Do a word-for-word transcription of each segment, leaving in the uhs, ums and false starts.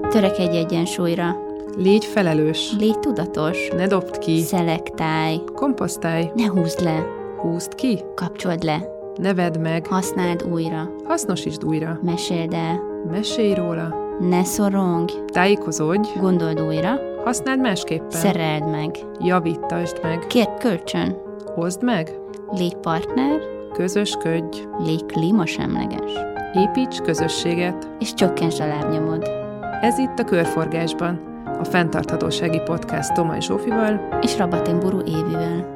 Törekedj egyensúlyra. Légy felelős. Légy tudatos. Ne dobd ki. Szelektálj. Komposztálj. Ne húzd le. Húzd ki. Kapcsold le. Ne vedd meg. Használd újra. Hasznosítsd újra. Meséld el. Mesélj róla. Ne szorongj. Tájékozódj. Gondold újra. Használd másképpen. Szereld meg. Javítasd meg. Kérj kölcsön. Hozd meg. Légy partner. Közösködj. Légy klímasemleges. Építs közösséget. És csökkentsd a lábnyomod. Ez itt a Körforgásban, a fenntarthatósági podcast Tomaj Zsófival és Rabatin-Buru Évivel.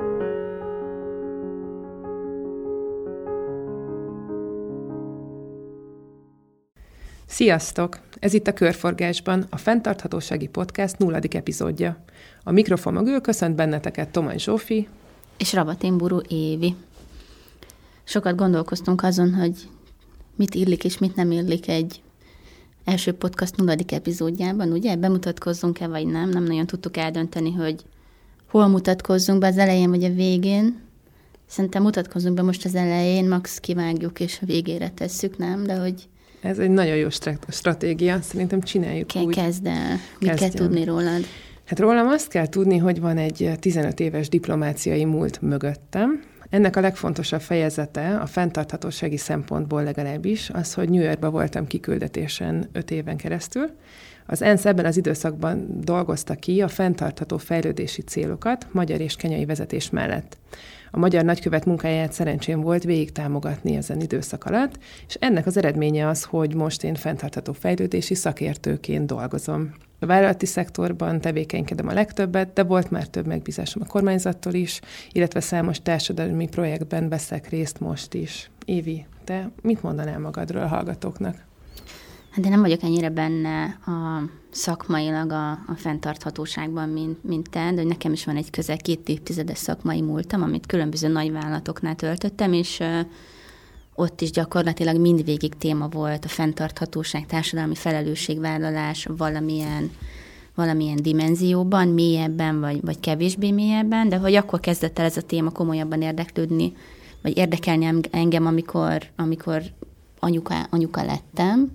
Sziasztok! Ez itt a Körforgásban, a fenntarthatósági podcast nulladik epizódja. A mikrofon mögül köszönt benneteket Tomaj Zsófi és Rabatin-Buru Évi. Sokat gondolkoztunk azon, hogy mit illik és mit nem illik egy első podcast nulladik epizódjában, ugye? Bemutatkozzunk-e, vagy nem? Nem nagyon tudtuk eldönteni, hogy hol mutatkozzunk be, az elején vagy a végén. Szerintem mutatkozzunk be most az elején, max kivágjuk, és a végére tesszük, nem? De hogy... Ez egy nagyon jó stratégia, szerintem csináljuk Ke- úgy. Kezd el. Mit Kezdjem. kell tudni rólad? Hát rólam azt kell tudni, hogy van egy tizenöt éves diplomáciai múlt mögöttem. Ennek a legfontosabb fejezete, a fenntarthatósági szempontból legalábbis, az, hogy New Yorkba voltam kiküldetésen öt éven keresztül. Az ENSZ ebben az időszakban dolgozta ki a fenntartható fejlődési célokat magyar és kenyai vezetés mellett. A magyar nagykövet munkáját szerencsém volt végig támogatni ezen időszak alatt, és ennek az eredménye az, hogy most én fenntartható fejlődési szakértőként dolgozom. A vállalati szektorban tevékenykedem a legtöbbet, de volt már több megbízásom a kormányzattól is, illetve számos társadalmi projektben veszek részt most is. Évi, te mit mondanál magadról a hallgatóknak? Hát én nem vagyok ennyire benne a szakmailag a, a fenntarthatóságban, mint, mint te, de nekem is van egy közel két évtizedes szakmai múltam, amit különböző nagyvállalatoknál töltöttem, és ö, ott is gyakorlatilag mindvégig téma volt a fenntarthatóság, társadalmi felelősségvállalás valamilyen, valamilyen dimenzióban, mélyebben vagy, vagy kevésbé mélyebben, de hogy akkor kezdett el ez a téma komolyabban érdeklődni, vagy érdekelni engem, amikor, amikor anyuka, anyuka lettem,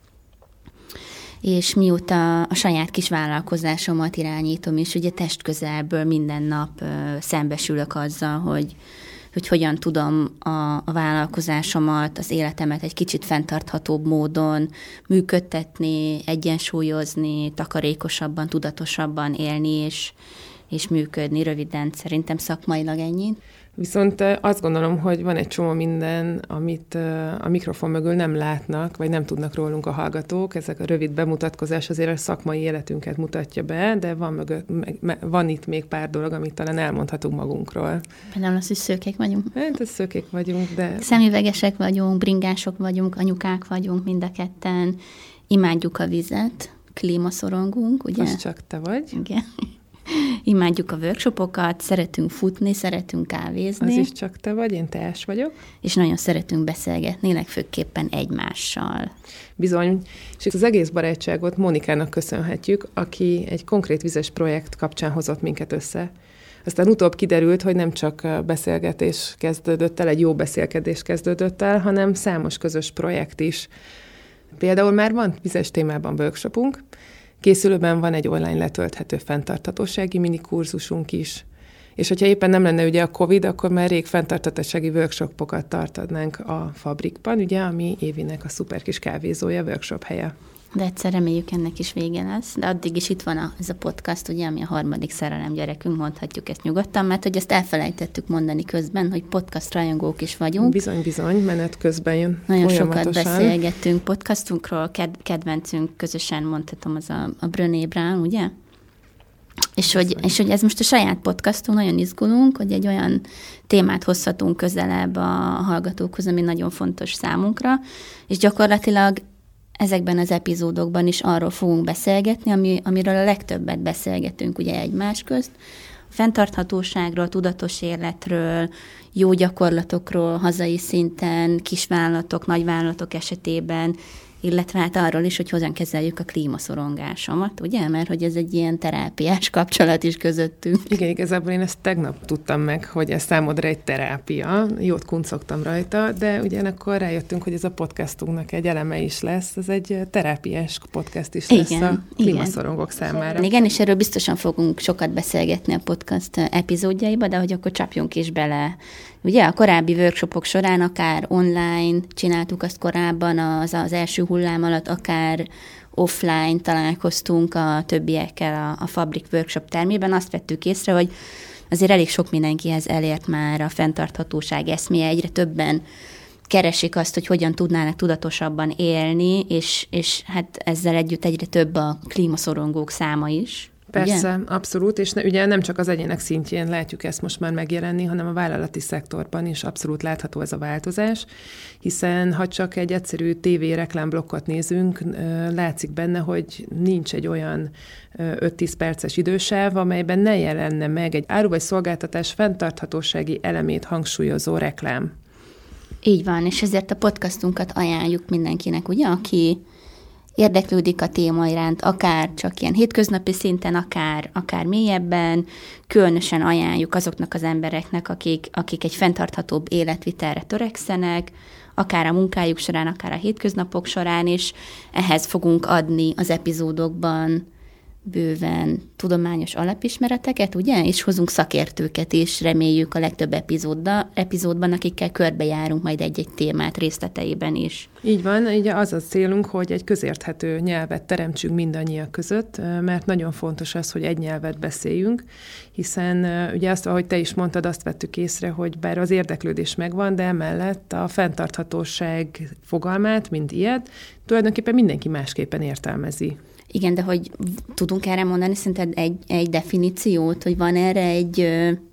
és mióta a saját kis vállalkozásomat irányítom, és ugye testközelből minden nap ö, szembesülök azzal, hogy, hogy hogyan tudom a, a vállalkozásomat, az életemet egy kicsit fenntarthatóbb módon működtetni, egyensúlyozni, takarékosabban, tudatosabban élni és, és működni. Röviden szerintem szakmailag ennyi. Viszont azt gondolom, hogy van egy csomó minden, amit a mikrofon mögül nem látnak, vagy nem tudnak rólunk a hallgatók. Ezek a rövid bemutatkozás azért a szakmai életünket mutatja be, de van, mögött, van itt még pár dolog, amit talán elmondhatunk magunkról. Például az, hogy szőkék vagyunk. Hát, szőkék vagyunk, de... Szemüvegesek vagyunk, bringások vagyunk, anyukák vagyunk mind a ketten. Imádjuk a vizet, klímaszorongunk, ugye? Az csak te vagy. Igen. Imádjuk a workshopokat, szeretünk futni, szeretünk kávézni. Az is csak te vagy, én teás vagyok. És nagyon szeretünk beszélgetni, legfőképpen egymással. Bizony, és itt az egész barátságot Mónikának köszönhetjük, aki egy konkrét vizes projekt kapcsán hozott minket össze. Aztán utóbb kiderült, hogy nem csak beszélgetés kezdődött el, egy jó beszélgetés kezdődött el, hanem számos közös projekt is. Például már van vizes témában workshopunk, készülőben van egy online letölthető fenntarthatósági minikurzusunk is, és hogyha éppen nem lenne ugye a Covid, akkor már rég fenntarthatósági workshopokat tartanánk a Fabrikban, ugye, ami Évinek a szuper kis kávézója, workshop helye. De egyszer reméljük, ennek is vége lesz. De addig is itt van a, ez a podcast, ugye, ami a harmadik szerelem gyerekünk, mondhatjuk ezt nyugodtan, mert hogy ezt elfelejtettük mondani közben, hogy podcast rajongók is vagyunk. Bizony, bizony, menet közben jön. Nagyon sokat beszélgettünk podcastunkról, ked- kedvencünk közösen, mondhatom, az a, a Brené Brown, ugye? És hogy, és hogy ez most a saját podcastunk, nagyon izgulunk, hogy egy olyan témát hozhatunk közelebb a hallgatókhoz, ami nagyon fontos számunkra, és gyakorlatilag ezekben az epizódokban is arról fogunk beszélgetni, ami, amiről a legtöbbet beszélgetünk ugye egymás közt. A fenntarthatóságról, tudatos életről, jó gyakorlatokról hazai szinten, kisvállalatok, nagyvállalatok esetében, illetve hát arról is, hogy hogyan kezeljük a klímaszorongásomat, ugye? Mert hogy ez egy ilyen terápiás kapcsolat is közöttünk. Igen, igazából én ezt tegnap tudtam meg, hogy ez számodra egy terápia. Jót kuncogtam rajta, de ugyanakkor rájöttünk, hogy ez a podcastunknak egy eleme is lesz. Ez egy terápiás podcast is lesz igen, a klímaszorongók számára. Igen, és erről biztosan fogunk sokat beszélgetni a podcast epizódjaiba, de hogy akkor csapjunk is bele. Ugye a korábbi workshopok során akár online csináltuk azt korábban az, az első hullám alatt, akár offline találkoztunk a többiekkel a, a Fabrik Workshop termében, azt vettük észre, hogy azért elég sok mindenkihez elért már a fenntarthatóság eszméje, egyre többen keresik azt, hogy hogyan tudnának tudatosabban élni, és, és hát ezzel együtt egyre több a klímaszorongók száma is. Persze, ugye? Abszolút, és ne, ugye nem csak az egyének szintjén látjuk ezt most már megjelenni, hanem a vállalati szektorban is abszolút látható ez a változás, hiszen ha csak egy egyszerű tévé reklámblokkot nézünk, látszik benne, hogy nincs egy olyan öt-tíz perces idősáv, amelyben ne jelenne meg egy áru vagy szolgáltatás fenntarthatósági elemét hangsúlyozó reklám. Így van, és ezért a podcastunkat ajánljuk mindenkinek, ugye, aki érdeklődik a téma iránt, akár csak ilyen hétköznapi szinten, akár, akár mélyebben, különösen ajánljuk azoknak az embereknek, akik, akik egy fenntarthatóbb életvitelre törekszenek, akár a munkájuk során, akár a hétköznapok során is. Ehhez fogunk adni az epizódokban bőven tudományos alapismereteket, ugye? És hozunk szakértőket is, reméljük a legtöbb epizódda, epizódban, akikkel körbejárunk majd egy-egy témát részleteiben is. Így van, ugye az a célunk, hogy egy közérthető nyelvet teremtsünk mindannyiak között, mert nagyon fontos az, hogy egy nyelvet beszéljünk, hiszen ugye azt, ahogy te is mondtad, azt vettük észre, hogy bár az érdeklődés megvan, de emellett a fenntarthatóság fogalmát, mint ilyet, tulajdonképpen mindenki másképpen értelmezi. Igen, de hogy tudunk erre mondani szerinted egy, egy definíciót, hogy van erre egy,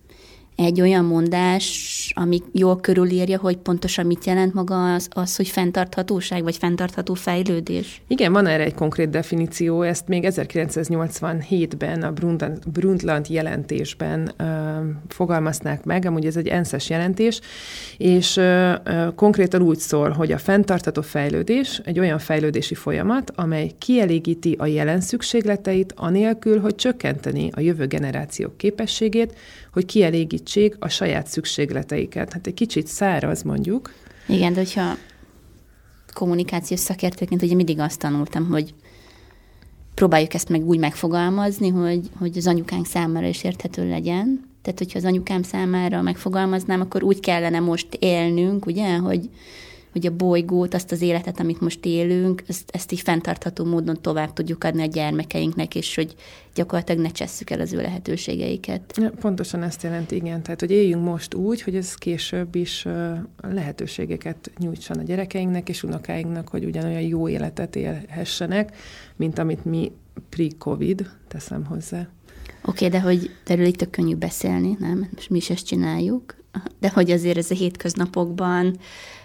egy olyan mondás, ami jól körülírja, hogy pontosan mit jelent maga az, az, hogy fenntarthatóság, vagy fenntartható fejlődés? Igen, van erre egy konkrét definíció, ezt még ezerkilencszáznyolcvanhétben a Brundtland jelentésben uh, fogalmazták meg, amúgy ez egy enszes jelentés, és uh, uh, konkrétan úgy szól, hogy a fenntartható fejlődés egy olyan fejlődési folyamat, amely kielégíti a jelen szükségleteit, anélkül, hogy csökkenteni a jövő generációk képességét, hogy kielégítsék a saját szükségleteiket. Hát egy kicsit száraz, mondjuk. Igen, de hogyha kommunikációs szakértőként ugye mindig azt tanultam, hogy próbáljuk ezt meg úgy megfogalmazni, hogy, hogy az anyukánk számára is érthető legyen. Tehát, hogyha az anyukám számára megfogalmaznám, akkor úgy kellene most élnünk, ugye, hogy, hogy a bolygót, azt az életet, amit most élünk, ezt, ezt így fenntartható módon tovább tudjuk adni a gyermekeinknek, és hogy gyakorlatilag ne csesszük el az ő lehetőségeiket. Ja, pontosan ezt jelenti, igen. Tehát, hogy éljünk most úgy, hogy ez később is lehetőségeket nyújtson a gyerekeinknek és unokáinknak, hogy ugyanolyan jó életet élhessenek, mint amit mi pre-Covid, teszem hozzá. Oké, okay, de hogy erről itt tök könnyű beszélni, nem? Most mi is ezt csináljuk, de hogy azért ez a hétköznapokban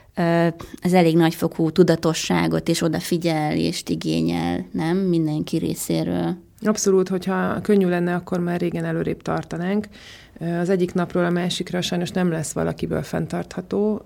ez elég nagyfokú tudatosságot és odafigyelést igényel, nem? Mindenki részéről. Abszolút, hogyha könnyű lenne, akkor már régen előrébb tartanánk. Az egyik napról a másikra sajnos nem lesz valakiből fenntartható,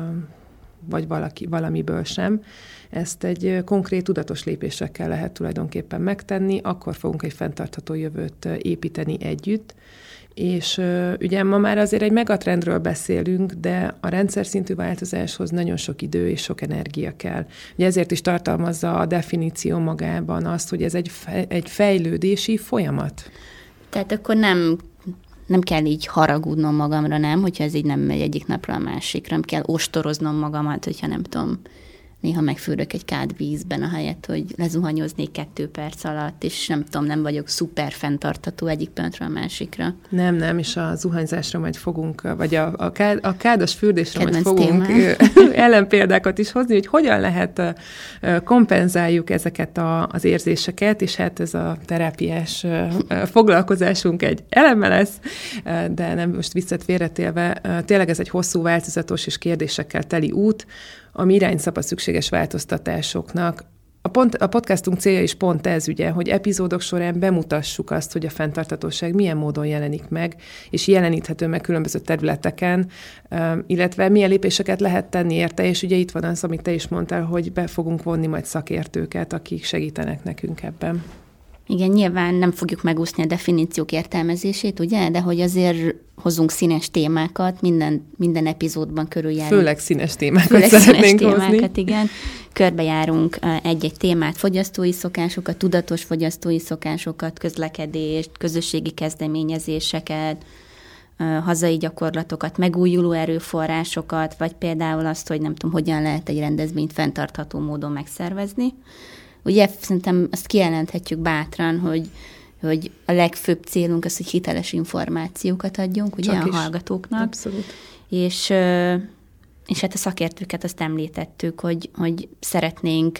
vagy valaki, valamiből sem. Ezt egy konkrét tudatos lépésekkel lehet tulajdonképpen megtenni, akkor fogunk egy fenntartható jövőt építeni együtt. És ugye ma már azért egy megatrendről beszélünk, de a rendszer szintű változáshoz nagyon sok idő és sok energia kell. Ugye ezért is tartalmazza a definíció magában azt, hogy ez egy, fej, egy fejlődési folyamat. Tehát akkor nem, nem kell így haragudnom magamra, nem? Hogyha ez így nem megy egyik napra a másikra, nem kell ostoroznom magamat, hogyha nem tudom, néha megfürök egy kád vízben, ahelyett, hogy lezuhanyoznék kettő perc alatt, és nem tudom, nem vagyok szuper fenntartható egyik pillanatra a másikra. Nem, nem, és a zuhanyzásra majd fogunk, vagy a, a, kád, a kádos fürdésre Kedvenc majd fogunk ellenpéldákat is hozni, hogy hogyan lehet kompenzáljuk ezeket a, az érzéseket, és hát ez a terápiás foglalkozásunk egy eleme lesz, de nem most viccet félretélve, tényleg ez egy hosszú, változatos és kérdésekkel teli út, ami irányszab a szükséges változtatásoknak, A, pont, a podcastunk célja is pont ez, ugye, hogy epizódok során bemutassuk azt, hogy a fenntarthatóság milyen módon jelenik meg, és jeleníthető meg különböző területeken, illetve milyen lépéseket lehet tenni érte, és ugye itt van az, amit te is mondtál, hogy be fogunk vonni majd szakértőket, akik segítenek nekünk ebben. Igen, nyilván nem fogjuk megúszni a definíciók értelmezését, ugye? De hogy azért hozunk színes témákat, minden, minden epizódban körüljárunk. Főleg színes témákat Főleg szeretnénk színes hozni. témákat, igen. Körbejárunk egy-egy témát, fogyasztói szokásokat, tudatos fogyasztói szokásokat, közlekedést, közösségi kezdeményezéseket, hazai gyakorlatokat, megújuló erőforrásokat, vagy például azt, hogy nem tudom, hogyan lehet egy rendezvényt fenntartható módon megszervezni. Ugye szerintem azt kijelenthetjük bátran, hogy, hogy a legfőbb célunk az, hogy hiteles információkat adjunk ugye a hallgatóknak. Abszolút. És, és hát a szakértőket azt említettük, hogy, hogy szeretnénk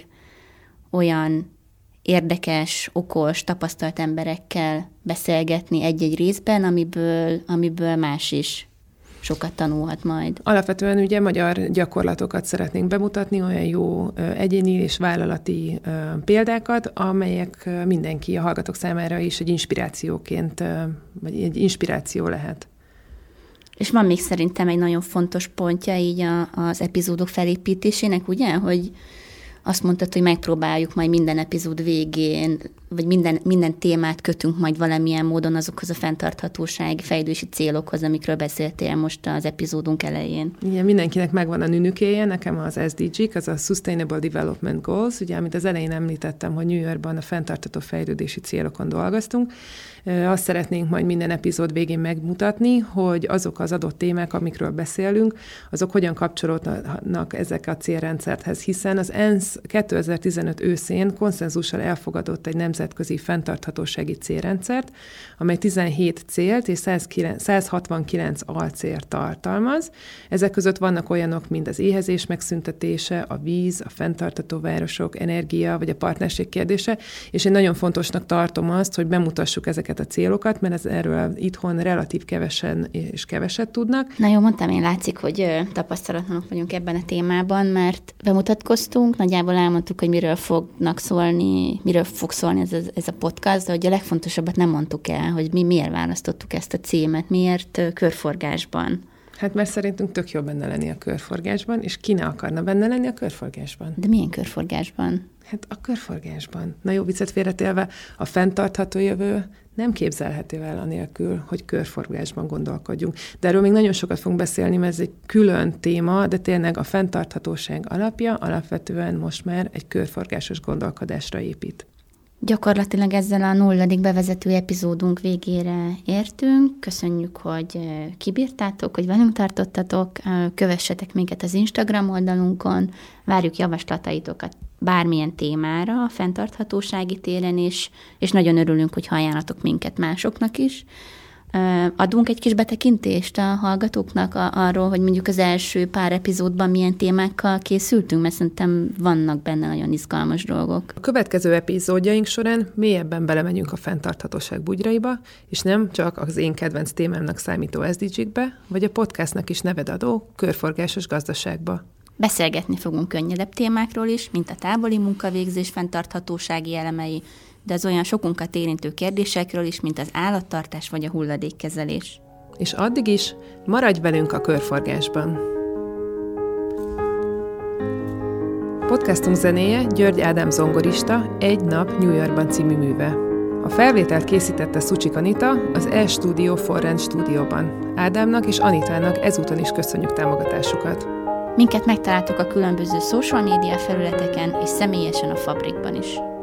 olyan érdekes, okos, tapasztalt emberekkel beszélgetni egy-egy részben, amiből, amiből más is sokat tanulhat majd. Alapvetően ugye magyar gyakorlatokat szeretnénk bemutatni, olyan jó egyéni és vállalati példákat, amelyek mindenki, a hallgatók számára is egy inspirációként, vagy egy inspiráció lehet. És van még szerintem egy nagyon fontos pontja így a, az epizódok felépítésének, ugye, hogy azt mondtad, hogy megpróbáljuk majd minden epizód végén, vagy minden, minden témát kötünk majd valamilyen módon azokhoz a fenntarthatósági fejlődési célokhoz, amikről beszéltél most az epizódunk elején. Igen, mindenkinek megvan a nünükéje, nekem az es dé gé-k, az a Sustainable Development Goals, ugye, amit az elején említettem, hogy New Yorkban a fenntartható fejlődési célokon dolgoztunk. Azt szeretnénk majd minden epizód végén megmutatni, hogy azok az adott témák, amikről beszélünk, azok hogyan kapcsolódnak ezek a célrendszerhez, hiszen az ENSZ kétezer-tizenöt őszén konszenzussal elfogadott egy nemzetközi fenntarthatósági célrendszert, amely tizenhét célt és száz hatvankilenc alcélt tartalmaz. Ezek között vannak olyanok, mint az éhezés megszüntetése, a víz, a fenntartható városok, energia, vagy a partnerség kérdése, és én nagyon fontosnak tartom azt, hogy bemutassuk ezeket a célokat, mert ez erről itthon relatív kevesen és keveset tudnak. Na jó, mondtam, én látszik, hogy tapasztalatlanok vagyunk ebben a témában, mert bemutatkoztunk, nagyjából elmondtuk, hogy miről fognak szólni, miről fog szólni ez, ez a podcast, de hogy a legfontosabbat nem mondtuk el, hogy mi miért választottuk ezt a címet, miért körforgásban. Hát mert szerintünk tök jó benne lenni a körforgásban, és ki ne akarna benne lenni a körforgásban? De milyen körforgásban? Hát a körforgásban. Na jó, viccet félretélve, a fenntartható jövő nem képzelhető el anélkül, hogy körforgásban gondolkodjunk. De erről még nagyon sokat fogunk beszélni, mert ez egy külön téma, de tényleg a fenntarthatóság alapja alapvetően most már egy körforgásos gondolkodásra épít. Gyakorlatilag ezzel a nulladik bevezető epizódunk végére értünk. Köszönjük, hogy kibírtátok, hogy velünk tartottatok. Kövessetek minket az Instagram oldalunkon, várjuk javaslataitokat bármilyen témára a fenntarthatósági téren is, és nagyon örülünk, hogy ajánlatok minket másoknak is. Adunk egy kis betekintést a hallgatóknak arról, hogy mondjuk az első pár epizódban milyen témákkal készültünk, mert szerintem vannak benne nagyon izgalmas dolgok. A következő epizódjaink során mélyebben belemegyünk a fenntarthatóság bugyraiba, és nem csak az én kedvenc témámnak számító es dé gé-kbe, vagy a podcastnak is neved adó körforgásos gazdaságba. Beszélgetni fogunk könnyedebb témákról is, mint a távoli munkavégzés fenntarthatósági elemei, de az olyan sokunkat érintő kérdésekről is, mint az állattartás vagy a hulladékkezelés. És addig is maradj velünk a körforgásban! Podcastunk zenéje György Ádám zongorista Egy nap New Yorkban című műve. A felvételt készítette Szucsik Anita az E-Studio Forrend stúdióban. Ádámnak és Anitának ezúton is köszönjük támogatásukat. Minket megtaláltok a különböző social média felületeken és személyesen a Fabrikban is.